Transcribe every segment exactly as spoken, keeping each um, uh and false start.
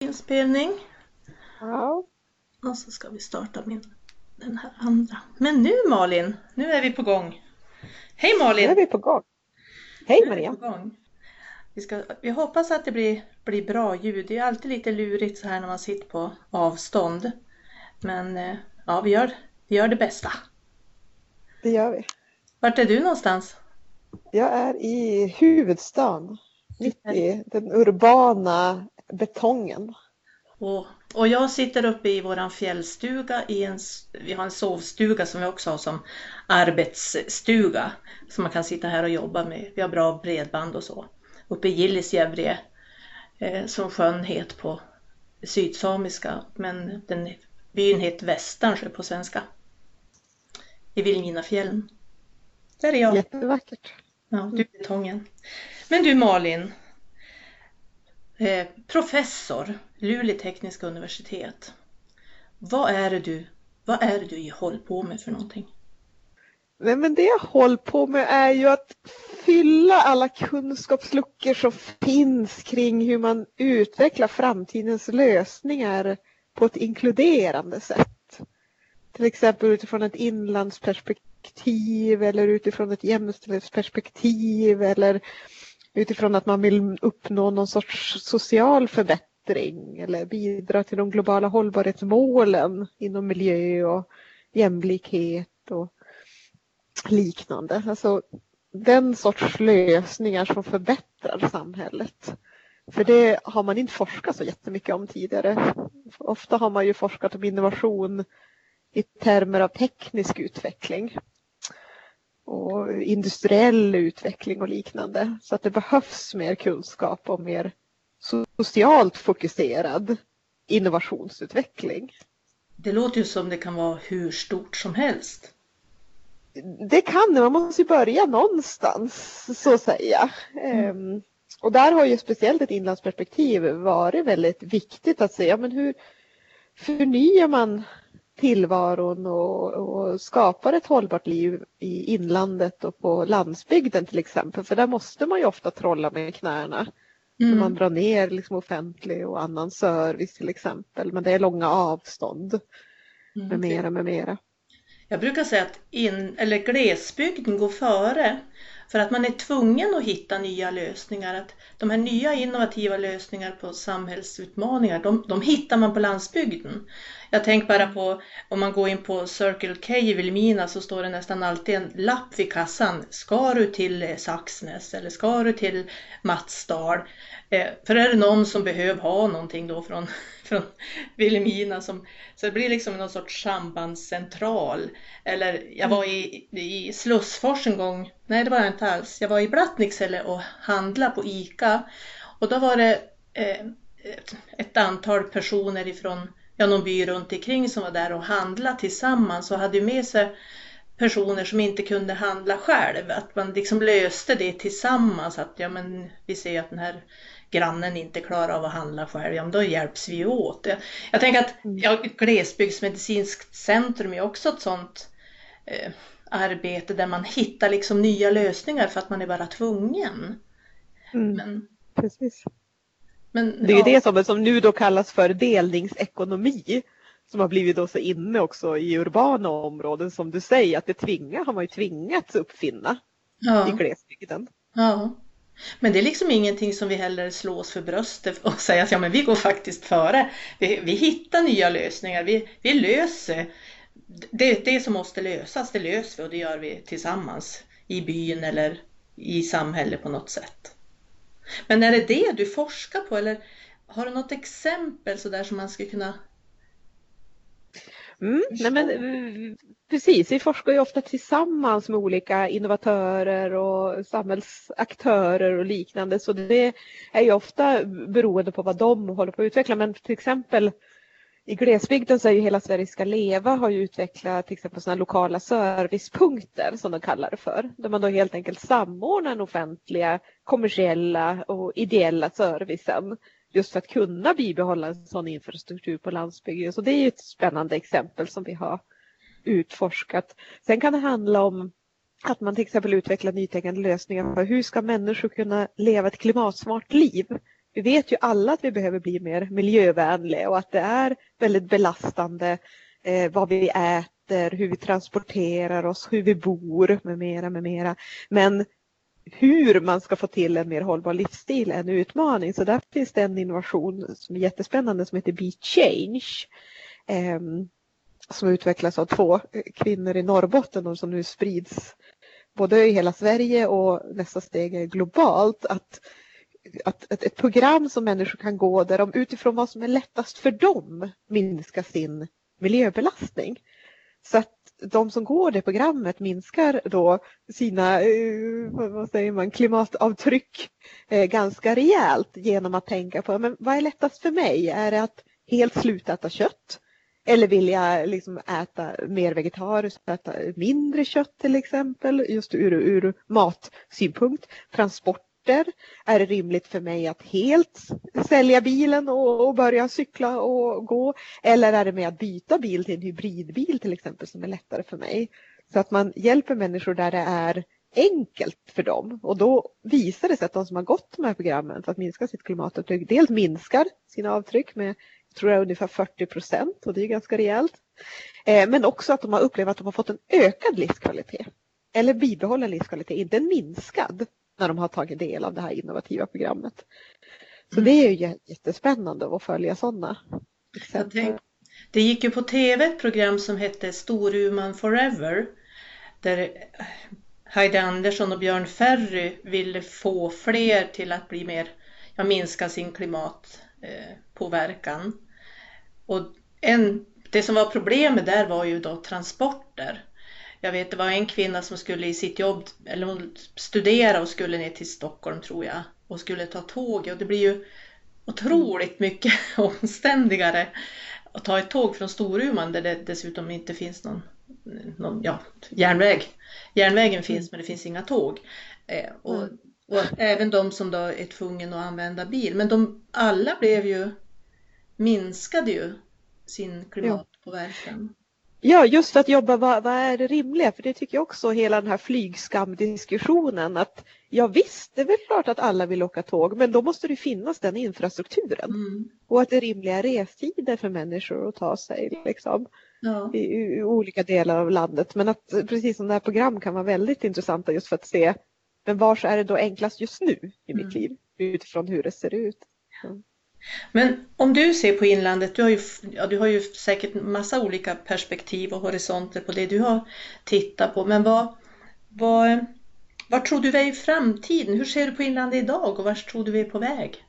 inspelning. Ja. Och så ska vi starta min, den här andra. Men nu Malin, nu är vi på gång. Hej Malin! Nu är vi på gång. Hej Nu är vi Maria! på gång. Vi, ska, vi hoppas att det blir, blir bra ljud. Det är alltid lite lurigt så här när man sitter på avstånd. Men eh, ja, vi gör, vi gör det bästa. Det gör vi. Vart är du någonstans? Jag är i huvudstaden. Mitt i den urbana betongen. Och, och jag sitter uppe i våran fjällstuga. I en, vi har en sovstuga som vi också har som arbetsstuga. Som man kan sitta här och jobba med. Vi har bra bredband och så. Uppe i Gillisjävre. Eh, som sjön heter på sydsamiska. Men den byn heter Västernsjö på svenska. I Vilhelminafjällen. Där är jag. Jättevackert. Ja, du är betongen. Men du Malin. Eh, professor, Luleå tekniska universitet. Vad är det du, vad är det du håller på med för någonting? Nej, men det jag håller på med är ju att fylla alla kunskapsluckor som finns kring hur man utvecklar framtidens lösningar på ett inkluderande sätt. Till exempel utifrån ett inlandsperspektiv eller utifrån ett jämställdhetsperspektiv eller utifrån att man vill uppnå någon sorts social förbättring eller bidra till de globala hållbarhetsmålen inom miljö och jämlikhet och liknande. Alltså den sorts lösningar som förbättrar samhället. För det har man inte forskat så jättemycket om tidigare. Ofta har man ju forskat om innovation i termer av teknisk utveckling och industriell utveckling och liknande. Så att det behövs mer kunskap och mer socialt fokuserad innovationsutveckling. Det låter ju som det kan vara hur stort som helst. Det kan det, man måste ju börja någonstans så att säga. Mm. Och där har ju speciellt ett inlandsperspektiv varit väldigt viktigt att säga, men hur förnyar man tillvaron och, och skapar ett hållbart liv i inlandet och på landsbygden till exempel. För där måste man ju ofta trolla med knäna. Mm. När man drar ner liksom offentlig och annan service till exempel. Men det är långa avstånd mm. med mera, med mera. Jag brukar säga att in, eller glesbygden går före. För att man är tvungen att hitta nya lösningar. Att de här nya innovativa lösningar på samhällsutmaningar, de, de hittar man på landsbygden. Jag tänker bara på, om man går in på Circle K i Vilhelmina så står det nästan alltid en lapp vid kassan. Ska du till Saxnäs eller ska du till Matsdal? Eh, för är det någon som behöver ha någonting då från, från Vilhelmina som, så det blir liksom någon sorts sambandscentral. Eller jag var i, i Slussfors en gång, nej det var jag inte alls. Jag var i Blattnicksele och handlade på ICA och då var det eh, ett, ett antal personer ifrån ja, någon by runt omkring som var där och handlade tillsammans och hade med sig personer som inte kunde handla själv. Att man liksom löste det tillsammans. Att ja, men vi ser att den här grannen inte klarar av att handla själv. Ja, men då hjälps vi åt. Jag, jag tänker att ja, glesbygdsmedicinskt centrum är också ett sånt eh, arbete där man hittar liksom nya lösningar för att man är bara tvungen. Mm, men, precis. Men, det är ja. ju det som, som nu då kallas för delningsekonomi. Som har blivit då så inne också i urbana områden som du säger. Att det tvingar har man ju tvingats uppfinna ja. i glesbygden. Ja. Men det är liksom ingenting som vi heller slår oss för bröstet och säger att ja, men vi går faktiskt före. Vi, vi hittar nya lösningar. Vi, vi löser det, det som måste lösas. Det löser vi och det gör vi tillsammans i byn eller i samhället på något sätt. Men är det det du forskar på eller har du något exempel så där som man skulle kunna... Mm, nej men, precis, vi forskar ju ofta tillsammans med olika innovatörer och samhällsaktörer och liknande. Så det är ju ofta beroende på vad de håller på att utveckla. Men till exempel i glesbygden så är ju Hela Sverige ska leva har ju utvecklat till exempel sådana lokala servicepunkter som de kallar det för. Där man då helt enkelt samordnar den offentliga, kommersiella och ideella servicen. Just för att kunna bibehålla en sån infrastruktur på landsbygden. Så det är ju ett spännande exempel som vi har utforskat. Sen kan det handla om att man till exempel utvecklar nytänkande lösningar för hur ska människor kunna leva ett klimatsmart liv vi vet ju alla att vi behöver bli mer miljövänliga och att det är väldigt belastande eh, vad vi äter, hur vi transporterar oss, hur vi bor med mera, med mera. Men hur man ska få till en mer hållbar livsstil är en utmaning. Så där finns det en innovation som är jättespännande som heter Be Change. Eh, som utvecklas av två kvinnor i Norrbotten och som nu sprids både i hela Sverige och nästa steg är globalt. Att, att, att ett program som människor kan gå där de utifrån vad som är lättast för dem minskar sin miljöbelastning. Så att de som går det programmet minskar då sina vad säger man, klimatavtryck ganska rejält genom att tänka på men vad är lättast för mig? Är det att helt sluta äta kött? Eller vill jag liksom äta mer vegetariskt, äta mindre kött till exempel, just ur, ur matsynpunkt. Transporter, är det rimligt för mig att helt sälja bilen och, och börja cykla och gå? Eller är det med att byta bil till en hybridbil till exempel som är lättare för mig? Så att man hjälper människor där det är enkelt för dem. Och då visar det sig att de som har gått de här programmen för att minska sitt klimatavtryck dels minskar sina avtryck med tror jag ungefär fyrtio procent och det är ganska rejält. Eh, men också att de har upplevt att de har fått en ökad livskvalitet. Eller bibehållen livskvalitet, inte en minskad när de har tagit del av det här innovativa programmet. Så mm. det är ju jättespännande att följa sådana exempel. Det gick ju på tv ett program som hette Storuman Forever. Där Heidi Andersson och Björn Ferry ville få fler till att bli mer, ja, minska sin klimatpåverkan. Och en, det som var problemet där var ju då transporter. Jag vet det var en kvinna som skulle i sitt jobb, eller hon studera och skulle ner till Stockholm tror jag. Och skulle ta tåg och det blir ju otroligt mycket omständigare att ta ett tåg från Storuman där det dessutom inte finns någon, någon ja, järnväg. Järnvägen finns men det finns inga tåg. Eh, och, och även de som då är tvungna att använda bil. Men de alla blev ju, minskade ju sin klimatpåverkan. Ja, just för att jobba, vad, vad är det rimliga? För det tycker jag också hela den här flygskamdiskussionen att ja visst, det är väl klart att alla vill åka tåg men då måste det finnas den infrastrukturen. Mm. Och att det är rimliga restider för människor att ta sig liksom, ja. i, i olika delar av landet. Men att precis som det här program kan vara väldigt intressanta just för att se men var så är det då enklast just nu i mitt mm. liv utifrån hur det ser ut. Mm. Men om du ser på inlandet, du har ju, ja, du har ju säkert massa olika perspektiv och horisonter på det du har tittat på. Men vad, vad, vad tror du är i framtiden? Hur ser du på inlandet idag och var tror du vi är på väg?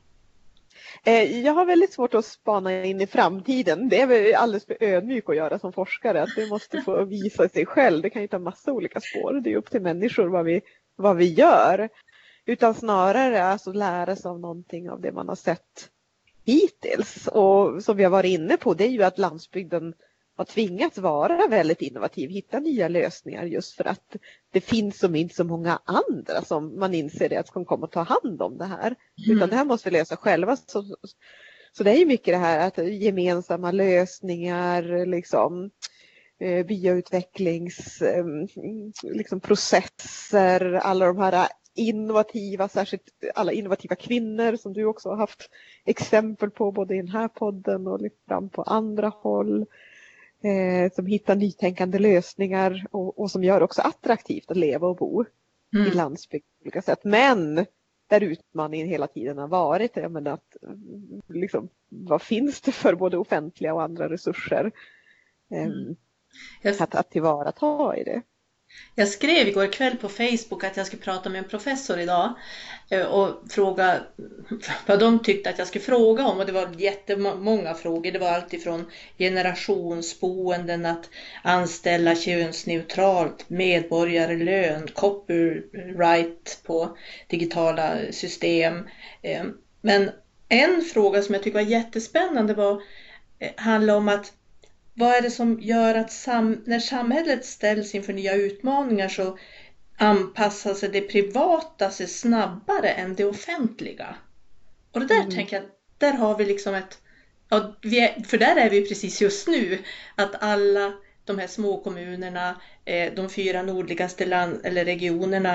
Jag har väldigt svårt att spana in i framtiden. Det är väl alldeles för ödmjuk att göra som forskare. Att det måste få visa sig själv. Det kan ju ta massa olika spår. Det är upp till människor vad vi, vad vi gör. Utan snarare alltså lära sig av någonting av det man har sett hittills. Och som vi har varit inne på, det är ju att landsbygden har tvingats vara väldigt innovativ, hitta nya lösningar just för att det finns som inte så många andra som man inser det att ska komma och ta hand om det här. Mm. Utan det här måste vi lösa själva. Så, så det är ju mycket det här att gemensamma lösningar, liksom eh, byautvecklings eh, liksom processer, alla de här innovativa, särskilt alla innovativa kvinnor som du också har haft exempel på både i den här podden och lyft fram på andra håll. Eh, som hittar nytänkande lösningar och, och som gör också attraktivt att leva och bo mm. i landsbygd på olika sätt. Men där utmaningen hela tiden har varit jag menar, att liksom, vad finns det för både offentliga och andra resurser eh, mm. att, att tillvarata i det. Jag skrev igår kväll på Facebook att jag skulle prata med en professor idag och fråga vad de tyckte att jag skulle fråga om. Och det var jättemånga frågor. Det var allt ifrån generationsboenden, att anställa könsneutralt, medborgarlön, copyright på digitala system. Men en fråga som jag tycker var jättespännande var, handlade om att vad är det som gör att sam- när samhället ställs inför nya utmaningar så anpassar sig det privata sig snabbare än det offentliga? Och det där mm. tänker jag, där har vi liksom ett, ja, vi är, för där är vi precis just nu, att alla de här små kommunerna, eh, de fyra nordligaste land, eller regionerna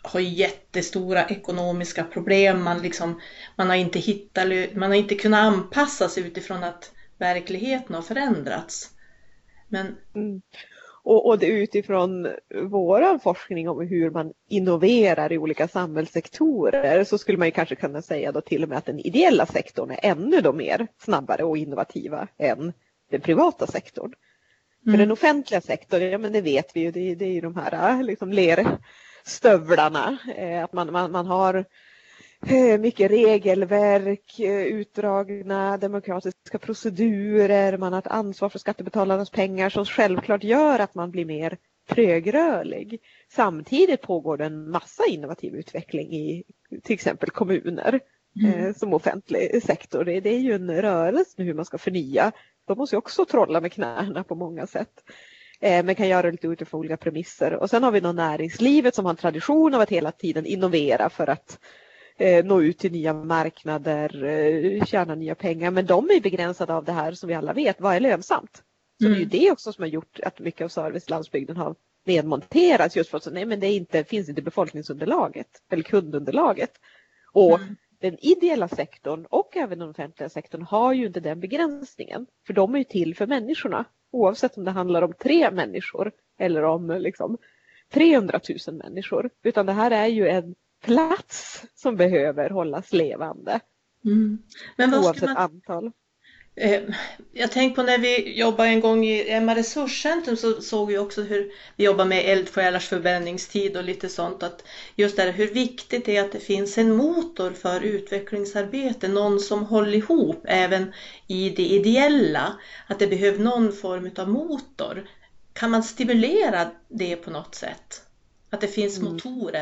har jättestora ekonomiska problem. Man, liksom, man, har inte hittat, man har inte kunnat anpassa sig utifrån att verkligheten har förändrats. Men... Mm. Och, och det utifrån vår forskning om hur man innoverar i olika samhällssektorer så skulle man ju kanske kunna säga då till och med att den ideella sektorn är ännu då mer snabbare och innovativa än den privata sektorn. Mm. För den offentliga sektorn, ja men det vet vi ju, det, det är ju de här liksom lerstövlarna. Att man, man, man har mycket regelverk, utdragna demokratiska procedurer, man har ett ansvar för skattebetalarnas pengar som självklart gör att man blir mer trögrörlig. Samtidigt pågår det en massa innovativ utveckling i till exempel kommuner mm. som offentlig sektor. Det är ju en rörelse nu hur man ska förnya. De måste ju också trolla med knäna på många sätt. Men kan göra det lite utifrån olika premisser. Och sen har vi då näringslivet som har en tradition av att hela tiden innovera för att nå ut till nya marknader, tjäna nya pengar. Men de är begränsade av det här som vi alla vet. Vad är lönsamt? Så mm. det är ju det också som har gjort att mycket av servicelandsbygden har nedmonterats. Just för att nej, men det inte, finns inte befolkningsunderlaget eller kundunderlaget. Och mm. den ideella sektorn och även den offentliga sektorn har ju inte den begränsningen. För de är ju till för människorna. Oavsett om det handlar om tre människor eller om liksom trehundratusen människor. Utan det här är ju en plats som behöver hållas levande. Mm. Men vad oavsett man... antal. Eh, jag tänkte på när vi jobbade en gång i Emma Resurscentrum så såg vi också hur vi jobbar med eldsjälars förbränningstid och lite sånt. Att just det här, hur viktigt det är att det finns en motor för utvecklingsarbete. Någon som håller ihop även i det ideella. Att det behöver någon form av motor. Kan man stimulera det på något sätt? Att det finns mm. motorer?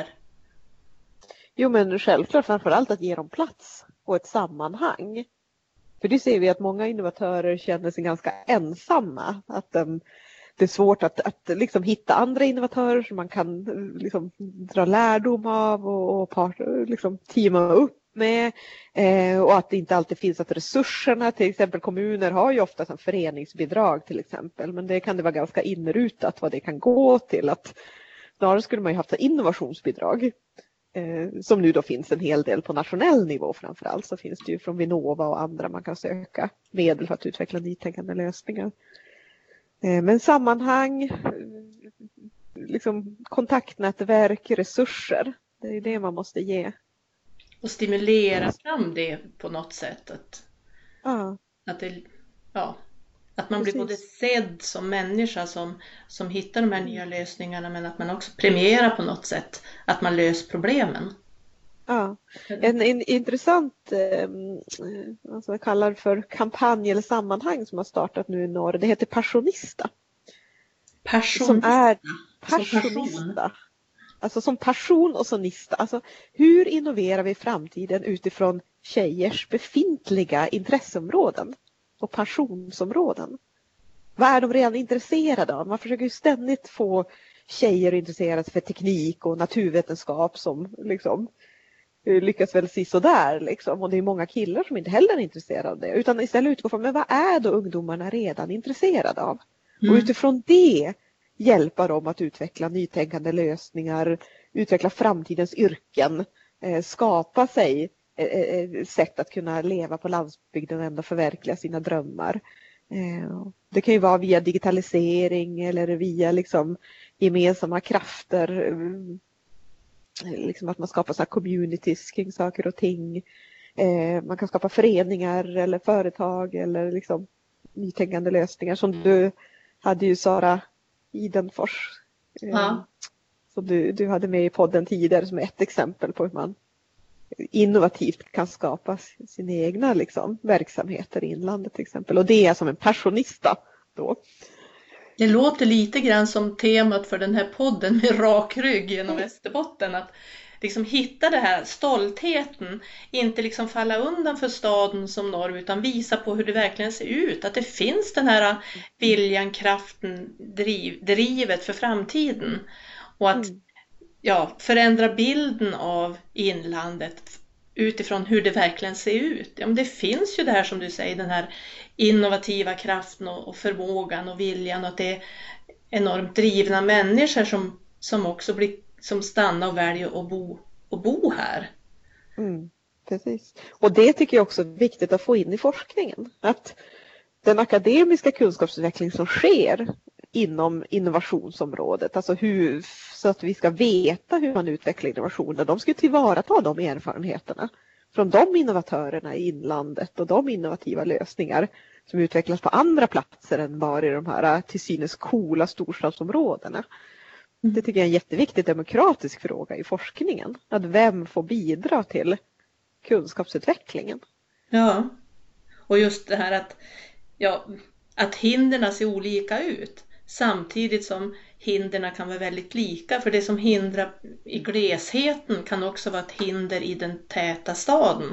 Jo men självklart framförallt att ge dem plats och ett sammanhang. För det ser vi att många innovatörer känner sig ganska ensamma. Att um, det är svårt att, att liksom hitta andra innovatörer som man kan liksom, dra lärdom av och, och part, liksom, teama upp med. Eh, och att det inte alltid finns att resurserna, till exempel kommuner har ju ofta en föreningsbidrag till exempel. Men det kan det vara ganska inrutat vad det kan gå till. Att snarare skulle man ju haft innovationsbidrag. Som nu då finns en hel del på nationell nivå framförallt, så finns det ju från Vinnova och andra man kan söka medel för att utveckla nytänkande lösningar. Men sammanhang, liksom kontaktnätverk, resurser, det är det man måste ge. Och stimulera fram det på något sätt. Att, ja. att, det, ja, att man Precis. blir både sedd som människa som, som hittar de här nya lösningarna, men att man också premierar på något sätt att man löser problemen. Ja, en, en intressant eh, alltså jag kallar för kampanj eller sammanhang som har startat nu i norr, det heter Passionista. Passionista? Som är passionista. Alltså som passion och sonista. Alltså hur innoverar vi framtiden utifrån tjejers befintliga intresseområden och passionsområden? Vad är de redan intresserade av? Man försöker ju ständigt få tjejer intresserade för teknik och naturvetenskap som liksom lyckas väl sisådär liksom. Och det är många killar som inte heller är intresserade av det. Utan istället utgå från, men vad är då ungdomarna redan intresserade av? Mm. Och utifrån det hjälpa dem att utveckla nytänkande lösningar, utveckla framtidens yrken, eh, skapa sig eh, sätt att kunna leva på landsbygden och ändå förverkliga sina drömmar. Eh, det kan ju vara via digitalisering eller via liksom gemensamma krafter, eh, liksom att man skapar så här communities kring saker och ting. Eh, man kan skapa föreningar eller företag eller liksom nytänkande lösningar som du hade ju Sara Idenfors eh, ja. som du, du hade med i podden tidigare som är ett exempel på hur man innovativt kan skapa sina egna liksom, verksamheter i inlandet till exempel. Och det är som en passionista då. Det låter lite grann som temat för den här podden med rak rygg genom Västerbotten. Att liksom hitta det här stoltheten, inte liksom falla undan för staden som norr utan visa på hur det verkligen ser ut. Att det finns den här viljan, kraften, driv, drivet för framtiden. Och att mm. ja, förändra bilden av inlandet utifrån hur det verkligen ser ut. Ja, men det finns ju det här som du säger, den här innovativa kraften och, och förmågan och viljan. Och att det är enormt drivna människor som, som också blir som stannar och väljer att bo, att bo här. Mm, precis. Och det tycker jag också är viktigt att få in i forskningen. Att den akademiska kunskapsutveckling som sker inom innovationsområdet, alltså hur, så att vi ska veta hur man utvecklar innovationer, de ska tillvarata de erfarenheterna från de innovatörerna i inlandet och de innovativa lösningar som utvecklas på andra platser än bara i de här till synes coola storstadsområdena. Det tycker jag är en jätteviktig demokratisk fråga i forskningen. Att vem får bidra till kunskapsutvecklingen? Ja, och just det här att, ja, att hindren ser olika ut. Samtidigt som hindren kan vara väldigt lika. För det som hindrar i glesheten kan också vara ett hinder i den täta staden.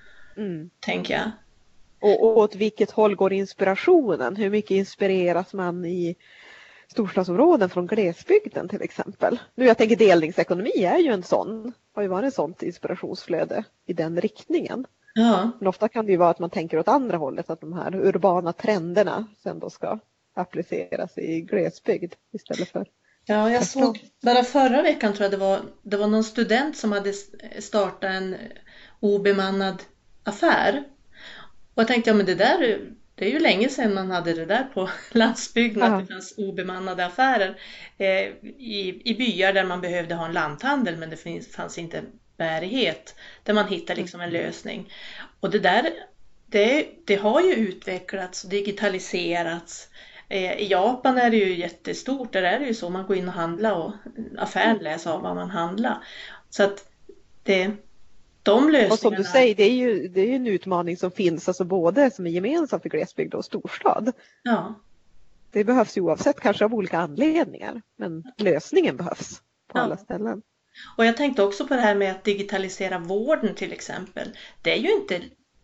Mm. Tänker jag. Och, och åt vilket håll går inspirationen? Hur mycket inspireras man i storstadsområden från glesbygden till exempel? Nu jag tänker delningsekonomi är ju en sån, har ju varit ett sånt inspirationsflöde i den riktningen. Ja. Men ofta kan det ju vara att man tänker åt andra hållet, att de här urbana trenderna sen då ska appliceras i glesbygd istället för. Ja, jag såg bara förra veckan tror jag det var, det var någon student som hade startat en obemannad affär. Och jag tänkte, ja men det där, det är ju länge sedan man hade det där på landsbygden, ja. Att det fanns obemannade affärer eh, i, i byar där man behövde ha en lanthandel men det finns, fanns inte bärighet, där man hittar liksom en lösning. Och det där, det, det har ju utvecklats och digitaliserats. Eh, I Japan är det ju jättestort, där är det ju så, man går in och handlar och affären läser av vad man handlar. Så att det, de lösningarna... Och som du säger, det är ju, det är ju en utmaning som finns, alltså både som är gemensamt för glesbygd och storstad. Ja. Det behövs ju oavsett, kanske av olika anledningar, men lösningen behövs på ja. alla ställen. Och jag tänkte också på det här med att digitalisera vården till exempel. Det är ju inte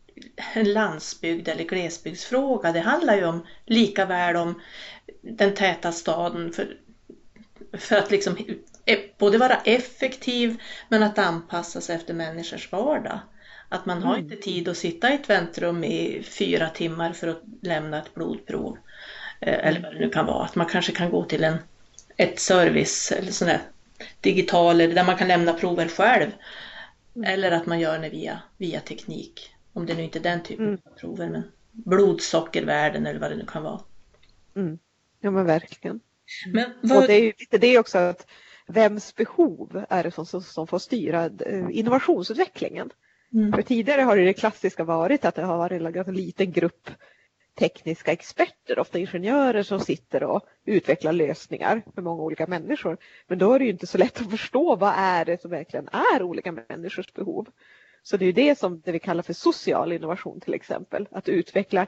en landsbygd eller glesbygdsfråga. Det handlar ju om lika väl om den täta staden för, för att liksom både vara effektiv men att anpassa sig efter människors vardag. Att man har inte tid att sitta i ett väntrum i fyra timmar för att lämna ett blodprov. Eller vad det nu kan vara. Att man kanske kan gå till en, ett service eller sån där digitaler där man kan lämna prover själv. Mm. Eller att man gör det via, via teknik. Om det nu inte är den typen mm. av prover, men blodsockervärden eller vad det nu kan vara. Mm. Ja men verkligen. Men vad... Och det är ju lite det också, att vems behov är det som, som, som får styra innovationsutvecklingen? Mm. För tidigare har det, det klassiska varit att det har varit en liten grupp tekniska experter, ofta ingenjörer som sitter och utvecklar lösningar för många olika människor. Men då är det ju inte så lätt att förstå vad är det som verkligen är olika människors behov. Så det är ju det som det vi kallar för social innovation till exempel. Att utveckla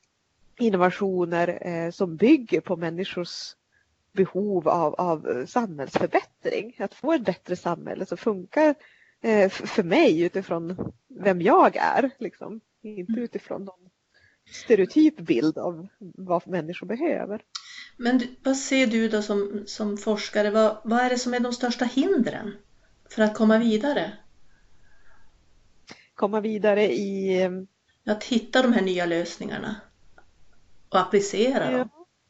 innovationer eh, som bygger på människors behov av, av samhällsförbättring. Att få ett bättre samhälle som funkar eh, för mig utifrån vem jag är. Liksom. Inte utifrån någon stereotyp bild av vad människor behöver. Men vad ser du då som, som forskare? Vad, vad är det som är de största hindren för att komma vidare? Komma vidare i... Att hitta de här nya lösningarna och applicera ja. dem.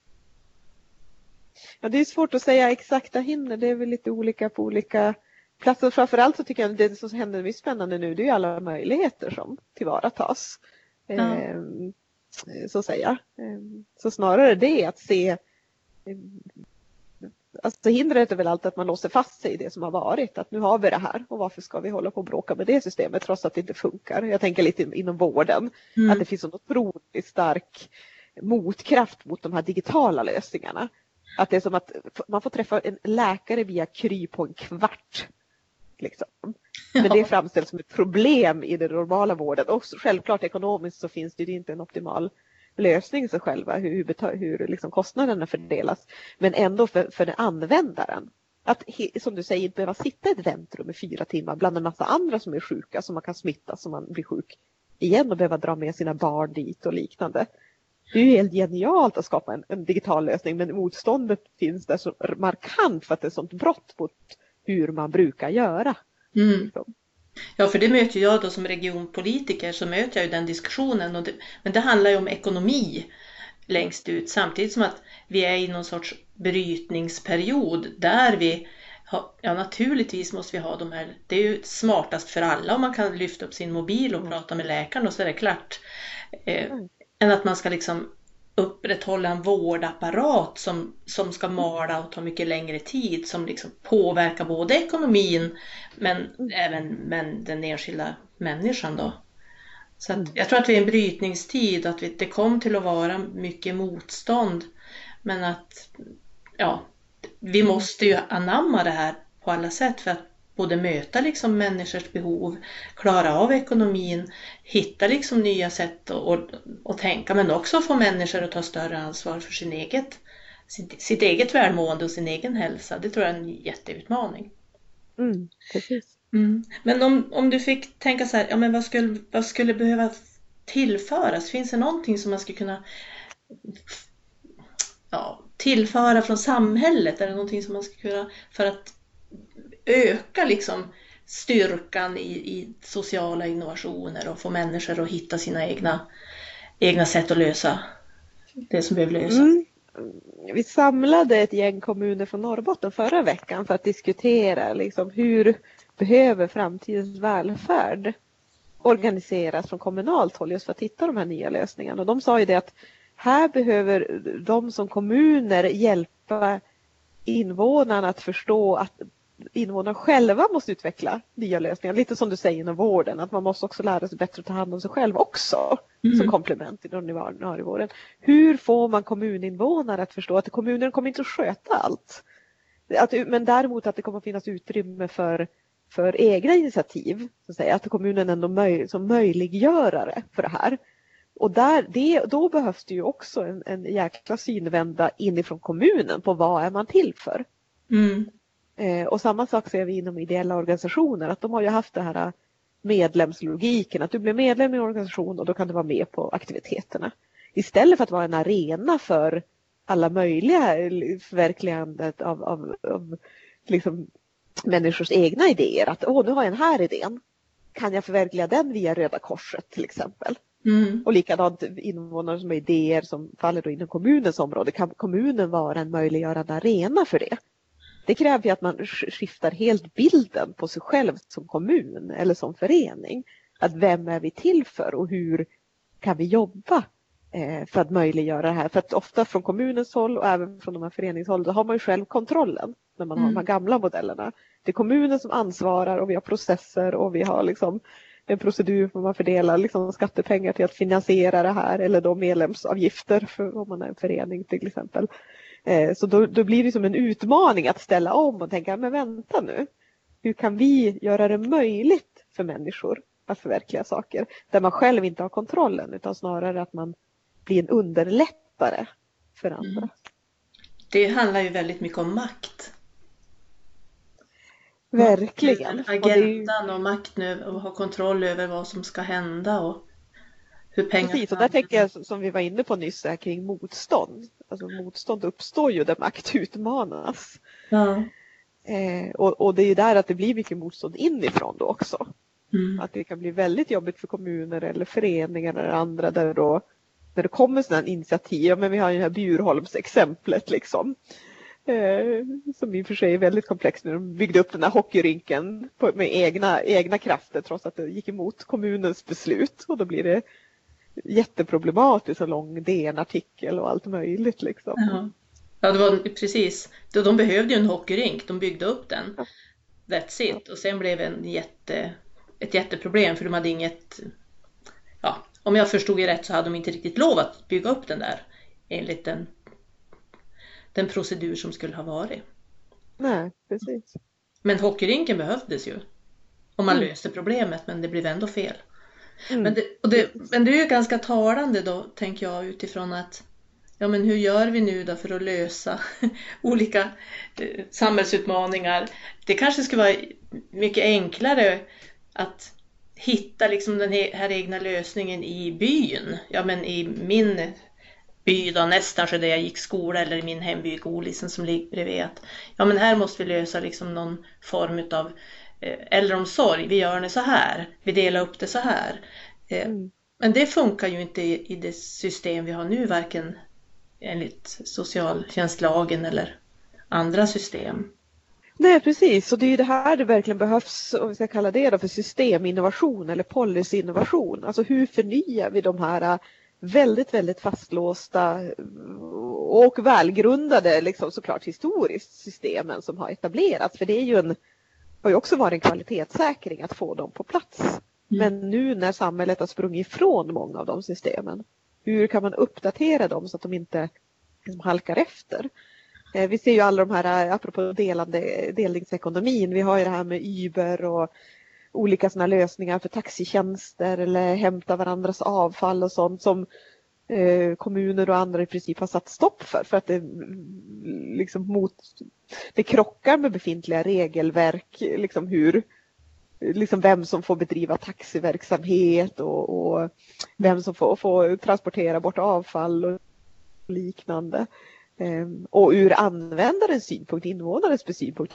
Ja, det är svårt att säga exakta hinder. Det är väl lite olika på olika platser. Framförallt så tycker jag att det som händer mycket spännande nu, det är alla möjligheter som tillvaratas. Ja. Eh, så att säga. Så snarare det att se, alltså hindret är väl alltid att man låser fast sig i det som har varit, att nu har vi det här och varför ska vi hålla på och bråka med det systemet trots att det inte funkar. Jag tänker lite inom vården, mm. att det finns en otroligt stark motkraft mot de här digitala lösningarna. Att det är som att man får träffa en läkare via Kry på en kvart. Liksom. Men det framställs som ett problem i den normala vården. Och självklart ekonomiskt så finns det inte en optimal lösning så själva hur, hur, hur liksom kostnaderna fördelas. Men ändå för, för den användaren. Att som du säger inte behöva sitta i ett väntrum i fyra timmar bland en massa andra som är sjuka som man kan smitta som man blir sjuk igen och behöva dra med sina barn dit och liknande. Det är ju helt genialt att skapa en, en digital lösning men motståndet finns där så markant för att det är sånt brott mot hur man brukar göra. Mm. Ja, för det möter jag då som regionpolitiker, så möter jag ju den diskussionen. Och det, men det handlar ju om ekonomi längst ut, samtidigt som att vi är i någon sorts brytningsperiod där vi ha, ja naturligtvis måste vi ha de här, det är ju smartast för alla om man kan lyfta upp sin mobil och Mm. prata med läkaren och så är det klart. Eh, Mm. än att man ska liksom upprätthålla en vårdapparat som, som ska mala och ta mycket längre tid, som liksom påverkar både ekonomin men Mm. även men den enskilda människan då. Så att Mm. jag tror att vi är en brytningstid, att vi, det kom till att vara mycket motstånd, men att ja, vi måste ju anamma det här på alla sätt för att både möta liksom människors behov, klara av ekonomin, hitta liksom nya sätt att, att, att tänka, men också få människor att ta större ansvar för sin eget, sitt, sitt eget välmående och sin egen hälsa. Det tror jag är en jätteutmaning. Mm. Precis. Mm. Men om, om du fick tänka så här, ja men vad skulle, vad skulle behöva tillföras? Finns det någonting som man skulle kunna ja, tillföra från samhället? Är det någonting som man skulle kunna för att öka liksom styrkan i, i sociala innovationer och få människor att hitta sina egna, egna sätt att lösa det som behöver lösas? Mm. Vi samlade ett gäng kommuner från Norrbotten förra veckan för att diskutera liksom, hur behöver framtidens välfärd organiseras från kommunalt håll just för att hitta de här nya lösningarna. Och de sa ju det att här behöver de som kommuner hjälpa invånarna att förstå att invånarna själva måste utveckla nya lösningar. Lite som du säger inom vården, att man måste också lära sig bättre att ta hand om sig själv också. Mm. Som komplement till den ordinarie vården. Hur får man kommuninvånare att förstå att kommunen kommer inte att sköta allt? Att, men däremot att det kommer att finnas utrymme för, för egna initiativ. Så att, säga, att kommunen ändå möj, som möjliggörare för det här. Och där, det, då behövs det ju också en, en jäkla synvända inifrån kommunen på vad är man till för. Mm. Eh, och samma sak ser vi inom ideella organisationer, att de har ju haft det här medlemslogiken, att du blir medlem i en organisation och då kan du vara med på aktiviteterna. Istället för att vara en arena för alla möjliga förverkligandet av, av, av liksom människors egna idéer. Att åh, nu har jag den här idén. Kan jag förverkliga den via Röda Korset till exempel? Mm. Och likadant invånare som har idéer som faller då inom kommunens område. Kan kommunen vara en möjliggörande arena för det? Det kräver ju att man skiftar helt bilden på sig själv som kommun eller som förening. Att vem är vi till för och hur kan vi jobba för att möjliggöra det här? För att ofta från kommunens håll och även från de här föreningshåll, då har man ju själv kontrollen när man mm. har de här gamla modellerna. Det är kommunen som ansvarar och vi har processer och vi har liksom en procedur för man fördelar liksom skattepengar till att finansiera det här eller då medlemsavgifter för om man är en förening till exempel. Så då, då blir det som en utmaning att ställa om och tänka, men vänta nu. Hur kan vi göra det möjligt för människor att förverkliga saker där man själv inte har kontrollen utan snarare att man blir en underlättare för andra. Mm. Det handlar ju väldigt mycket om makt. Verkligen. Agendan och makt nu och ha kontroll över vad som ska hända och hur pengar... Precis, och där tänker jag som vi var inne på nyss här, kring motstånd. Alltså motstånd uppstår ju där makt utmanas. Ja. Eh, och, och det är ju där att det blir mycket motstånd inifrån då också. Mm. Att det kan bli väldigt jobbigt för kommuner eller föreningar eller andra där då när det kommer sådana initiativ. Ja, men vi har ju det här Bjurholms exemplet liksom. Eh, som i och för sig är väldigt komplext när de byggde upp den här hockeyrinken på, med egna, egna krafter trots att det gick emot kommunens beslut. Och då blir det jätteproblematiskt och lång D N-artikel och allt möjligt liksom. Ja, ja det var precis. De behövde ju en hockeyrink, de byggde upp den. That's it. Och sen blev det en jätte, ett jätteproblem för de hade inget, ja, om jag förstod det rätt så hade de inte riktigt lov att bygga upp den där enligt den, den procedur som skulle ha varit. Nej, precis. Men hockeyrinken behövdes ju. Om man mm. löste problemet, men det blev ändå fel. Mm. Men, det, och det, men det är ju ganska talande då, tänker jag, utifrån att ja, men hur gör vi nu då för att lösa olika eh, samhällsutmaningar? Det kanske skulle vara mycket enklare att hitta liksom den här egna lösningen i byn. Ja, men i min by då, nästan där jag gick skola eller i min hemby Golisen som ligger bredvid. Att, ja, men här måste vi lösa liksom någon form av äldreomsorg, vi gör det så här, vi delar upp det så här. Mm. Men det funkar ju inte i det system vi har nu, varken enligt socialtjänstlagen eller andra system. Nej, precis. Och det är ju det här det verkligen behövs, om vi ska kalla det då för systeminnovation eller policyinnovation. Alltså hur förnyar vi de här väldigt, väldigt fastlåsta och välgrundade, liksom såklart historiskt, systemen som har etablerats. För det är ju en, har ju också varit en kvalitetssäkring att få dem på plats. Mm. Men nu när samhället har sprungit ifrån många av de systemen, hur kan man uppdatera dem så att de inte liksom halkar efter? Vi ser ju alla de här, apropå delande, delningsekonomin, vi har ju det här med Uber och olika sådana lösningar för taxitjänster eller hämta varandras avfall och sånt som eh, kommuner och andra i princip har satt stopp för. För att det, liksom mot, det krockar med befintliga regelverk, liksom hur, liksom vem som får bedriva taxiverksamhet och, och vem som får, får transportera bort avfall och liknande. Um, och ur användarens synpunkt, invånarens synpunkt.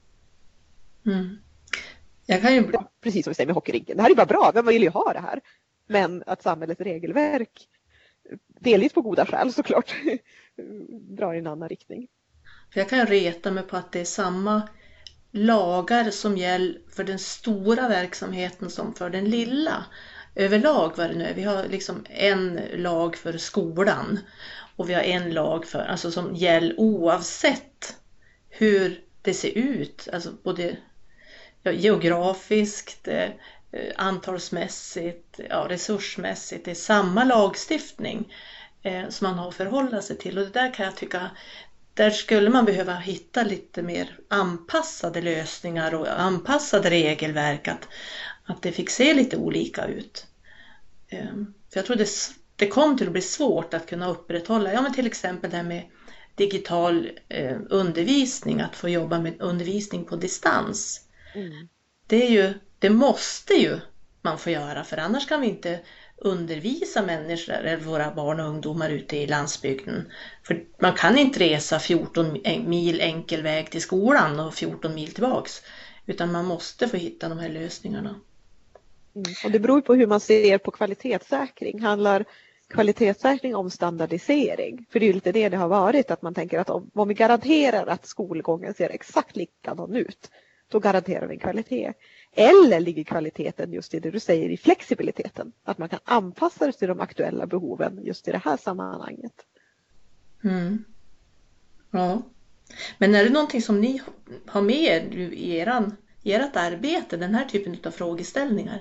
Mm. Jag kan ju... Precis som vi säger med hockeyrinken. Det här är bara bra, vem vill ju ha det här? Men att samhällets regelverk, delvis på goda skäl såklart, drar i en annan riktning. För jag kan ju reta mig på att det är samma lagar som gäller för den stora verksamheten som för den lilla. Överlag vad det nu är. Vi har liksom en lag för skolan. Och vi har en lag för, alltså som gäller oavsett hur det ser ut. Alltså både ja, geografiskt, eh, antalsmässigt, ja, resursmässigt. Det är samma lagstiftning eh, som man har att förhålla sig till. Och det där kan jag tycka, där skulle man behöva hitta lite mer anpassade lösningar och anpassade regelverk. Att, att det fick se lite olika ut. Eh, för jag tror det Det kom till att bli svårt att kunna upprätthålla, ja men till exempel det här med digital eh, undervisning, att få jobba med undervisning på distans. Mm. Det är ju, det måste ju man få göra, för annars kan vi inte undervisa människor eller våra barn och ungdomar ute i landsbygden. För man kan inte resa fjorton mil enkel väg till skolan och fjorton mil tillbaks, utan man måste få hitta de här lösningarna. Mm. Och det beror på hur man ser på kvalitetssäkring. Handlar kvalitetssäkring om standardisering? För det är ju lite det det har varit, att man tänker att om, om vi garanterar att skolgången ser exakt likadan ut, då garanterar vi kvalitet. Eller ligger kvaliteten just i det du säger, i flexibiliteten? Att man kan anpassa sig till de aktuella behoven just i det här sammanhanget. Mm. Ja. Men är det någonting som ni har med i eran, i ert arbete, den här typen av frågeställningar?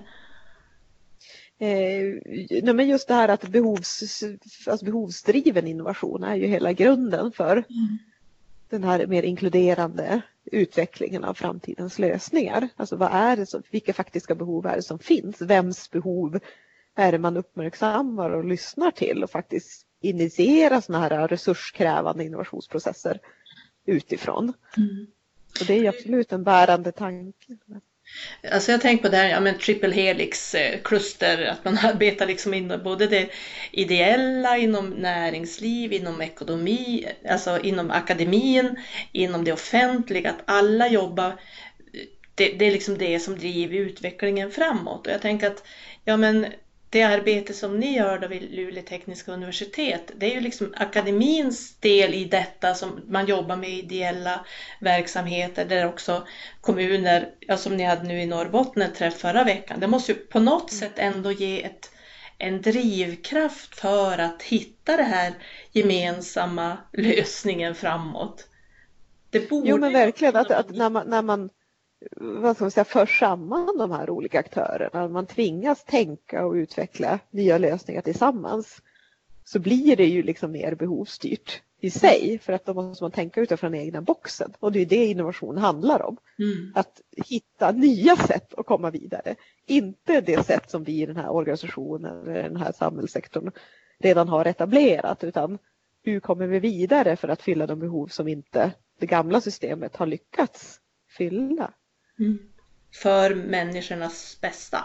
Eh, nej men just det här att behovs, alltså behovsdriven innovation är ju hela grunden för mm. den här mer inkluderande utvecklingen av framtidens lösningar. Alltså vad är det som, vilka faktiska behov är det som finns? Vems behov är det man uppmärksammar och lyssnar till och faktiskt initiera såna här resurskrävande innovationsprocesser utifrån. Mm. Och det är ju absolut en bärande tanke. Alltså jag tänker på det här, ja men triple helix kluster, att man arbetar liksom inom både det ideella, inom näringsliv, inom ekonomi, alltså inom akademin, inom det offentliga, att alla jobbar, det, det är liksom det som driver utvecklingen framåt. Och jag tänker att, ja men det arbete som ni gör då vid Luleå tekniska universitet, det är ju liksom akademins del i detta, som man jobbar med ideella verksamheter där också kommuner, ja, som ni hade nu i Norrbotten en träff förra veckan, det måste ju på något sätt ändå ge ett, en drivkraft för att hitta det här gemensamma lösningen framåt. Det borde jo men verkligen, att, att när man, när man vad ska man säga, för samman de här olika aktörerna, man tvingas tänka och utveckla nya lösningar tillsammans, så blir det ju liksom mer behovsstyrt i sig, för att då måste man tänka utifrån den egna boxen, och det är det innovation handlar om. Mm. Att hitta nya sätt att komma vidare, inte det sätt som vi i den här organisationen eller den här samhällssektorn redan har etablerat, utan hur kommer vi vidare för att fylla de behov som inte det gamla systemet har lyckats fylla. Mm. För människornas bästa.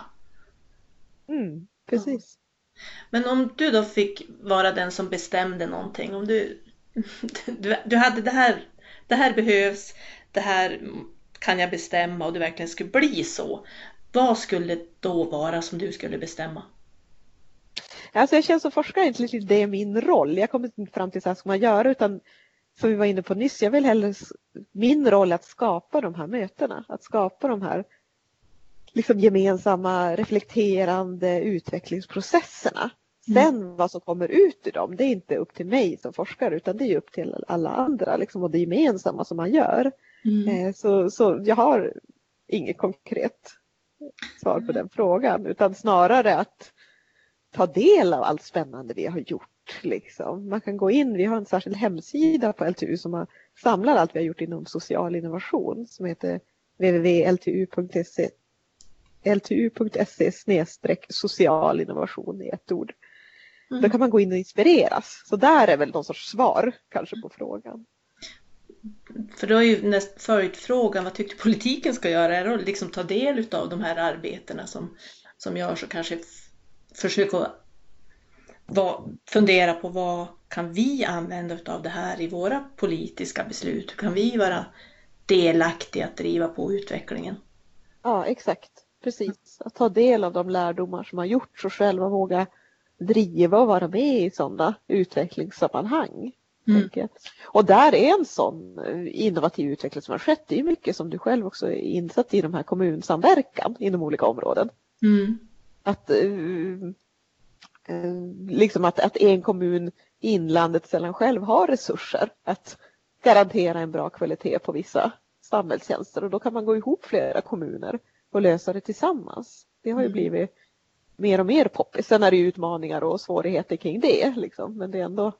Mm, precis. Ja. Men om du då fick vara den som bestämde någonting, om du, du, du hade det här, det här behövs, det här kan jag bestämma, och det verkligen skulle bli så, vad skulle då vara som du skulle bestämma? Alltså jag känner som forskare inte riktigt det är min roll. Jag kommer inte fram till så här ska man göra, utan som vi var inne på nyss, jag vill hellre, min roll är att skapa de här mötena, att skapa de här liksom gemensamma reflekterande utvecklingsprocesserna. Sen mm. vad som kommer ut ur dem, det är inte upp till mig som forskare, utan det är upp till alla andra liksom, och det gemensamma som man gör. Mm. Så, så jag har inget konkret svar på den frågan, utan snarare att ta del av allt spännande vi har gjort. Liksom. Man kan gå in, vi har en särskild hemsida på L T U som har samlat allt vi har gjort inom social innovation som heter w w w punkt l t u punkt se l t u punkt se snedstreck social innovation i ett ord. Mm. Då kan man gå in och inspireras. Så där är väl någon sorts svar kanske på frågan. För då är ju näst följdfrågan, vad tycker politiken ska göra? Är det att liksom ta del av de här arbetena som, som görs och kanske f- försöka va, fundera på vad kan vi använda av det här i våra politiska beslut? Hur kan vi vara delaktiga att driva på utvecklingen? Ja, exakt. Precis. Att ta del av de lärdomar som har gjorts och själva våga driva och vara med i sådana utvecklingssammanhang. Mm. Och där är en sån innovativ utveckling som har skett. Det är mycket som du själv också är insatt i de här kommunsamverkan inom olika områden. Mm. Att, uh, uh, liksom att, att en kommun i inlandet sällan själv har resurser att garantera en bra kvalitet på vissa samhällstjänster. Och då kan man gå ihop flera kommuner och lösa det tillsammans. Det har ju mm. blivit mer och mer poppis. Sen är det utmaningar och svårigheter kring det. Liksom. Men det är ändå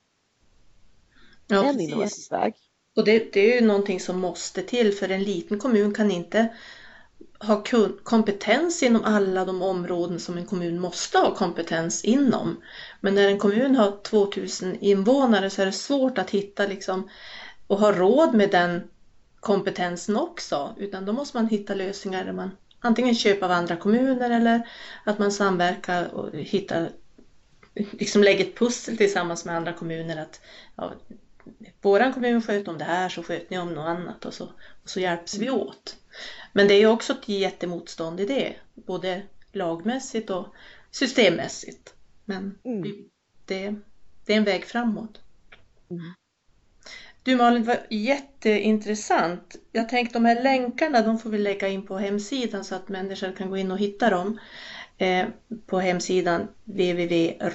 ja, en innovativ väg. Och det, det är ju någonting som måste till, för en liten kommun kan inte ha kompetens inom alla de områden som en kommun måste ha kompetens inom. Men när en kommun har tvåtusen invånare så är det svårt att hitta liksom, och ha råd med den kompetensen också. Utan då måste man hitta lösningar där man antingen köper av andra kommuner eller att man samverkar och hittar, liksom lägger ett pussel tillsammans med andra kommuner att ja, våran kommun sköter om det här så sköter ni om något annat och så, och så hjälps vi åt. Men det är också ett jättemotstånd i det, både lagmässigt och systemmässigt. Men mm. det, det är en väg framåt. Mm. Du Malin, det var jätteintressant. Jag tänkte de här länkarna, de får vi lägga in på hemsidan så att människor kan gå in och hitta dem. Eh, på hemsidan w w w punkt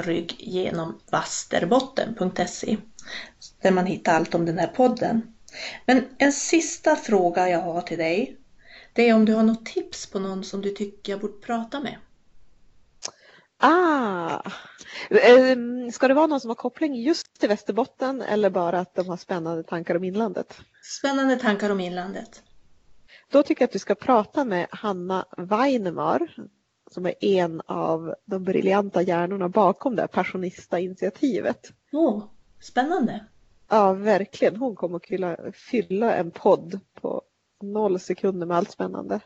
rakryggenomvasterbotten punkt se där man hittar allt om den här podden. Men en sista fråga jag har till dig, det är om du har något tips på någon som du tycker jag borde prata med. Ah, ska det vara någon som har koppling just till Västerbotten eller bara att de har spännande tankar om inlandet? Spännande tankar om inlandet. Då tycker jag att du ska prata med Hanna Weinemar som är en av de briljanta hjärnorna bakom det här Passionista-initiativet. Åh, oh, spännande. Ja, verkligen. Hon kommer att fylla, fylla en podd på noll sekunder med allt spännande.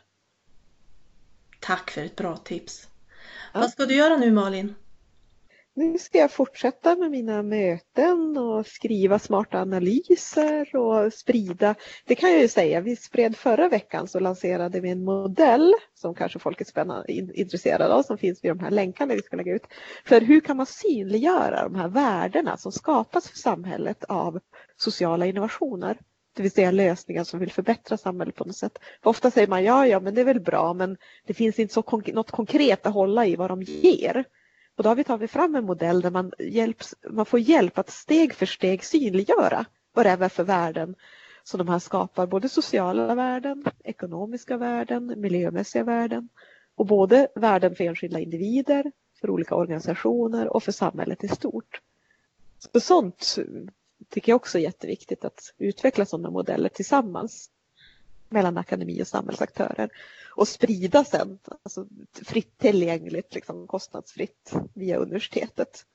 Tack för ett bra tips. Ja. Vad ska du göra nu, Malin? Nu ska jag fortsätta med mina möten och skriva smarta analyser och sprida. Det kan jag ju säga, vi spred förra veckan så lanserade vi en modell som kanske folk är spännande, intresserade av, som finns vid de här länkarna vi ska lägga ut. För hur kan man synliggöra de här värdena som skapas för samhället av sociala innovationer? Det vill säga lösningar som vill förbättra samhället på något sätt. För ofta säger man ja, ja, men det är väl bra, men det finns inte så konk- något konkret att hålla i vad de ger. Och då har vi tagit fram en modell där man, hjälps, man får hjälp att steg för steg synliggöra vad det är för värden som de här skapar. Både sociala värden, ekonomiska värden, miljömässiga värden. Och både värden för enskilda individer, för olika organisationer och för samhället i stort. Så sånt tycker jag också är jätteviktigt, att utveckla sådana modeller tillsammans mellan akademi och samhällsaktörer och sprida sen, alltså fritt tillgängligt, liksom kostnadsfritt via universitetet.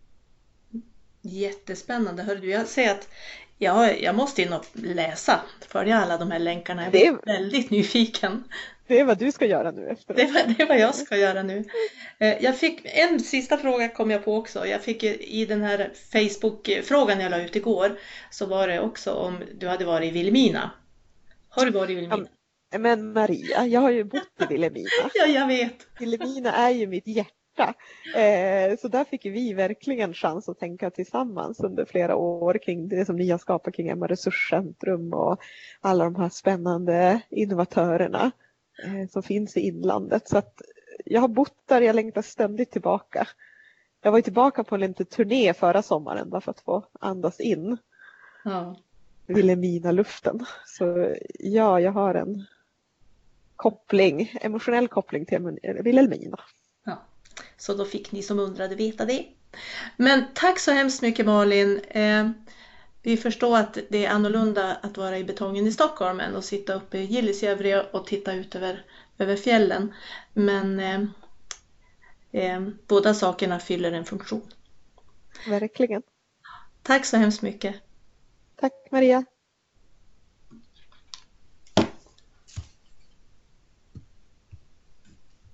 Jättespännande. Hör du, jag säger att jag, jag måste in och läsa, följa alla de här länkarna. Jag är, är väldigt nyfiken. Det är vad du ska göra nu efteråt. Det är, det är vad jag ska göra nu. Jag fick en sista fråga kom jag på också. Jag fick i den här Facebook-frågan jag la ut igår, så var det också om du hade varit i Vilhelmina. Har du varit i Vilhelmina? Ja, men Maria, jag har ju bott i Vilhelmina. Ja, jag vet. Vilhelmina är ju mitt hjärta. borta. Eh, så där fick vi verkligen chans att tänka tillsammans under flera år kring det som ni har skapat kring Emma Resurscentrum och alla de här spännande innovatörerna eh, som finns i inlandet. Så att jag har bott där, jag längtar ständigt tillbaka. Jag var ju tillbaka på en liten turné förra sommaren bara för att få andas in Ja. Vilhelmina-luften. Så ja, jag har en koppling, emotionell koppling till Vilhelmina. Ja. Så då fick ni som undrade veta det. Men tack så hemskt mycket Malin. Eh, vi förstår att det är annorlunda att vara i betongen i Stockholm än att sitta uppe i Gillisjärvi och titta ut över, över fjällen. Men eh, eh, båda sakerna fyller en funktion. Verkligen. Tack så hemskt mycket. Tack Maria.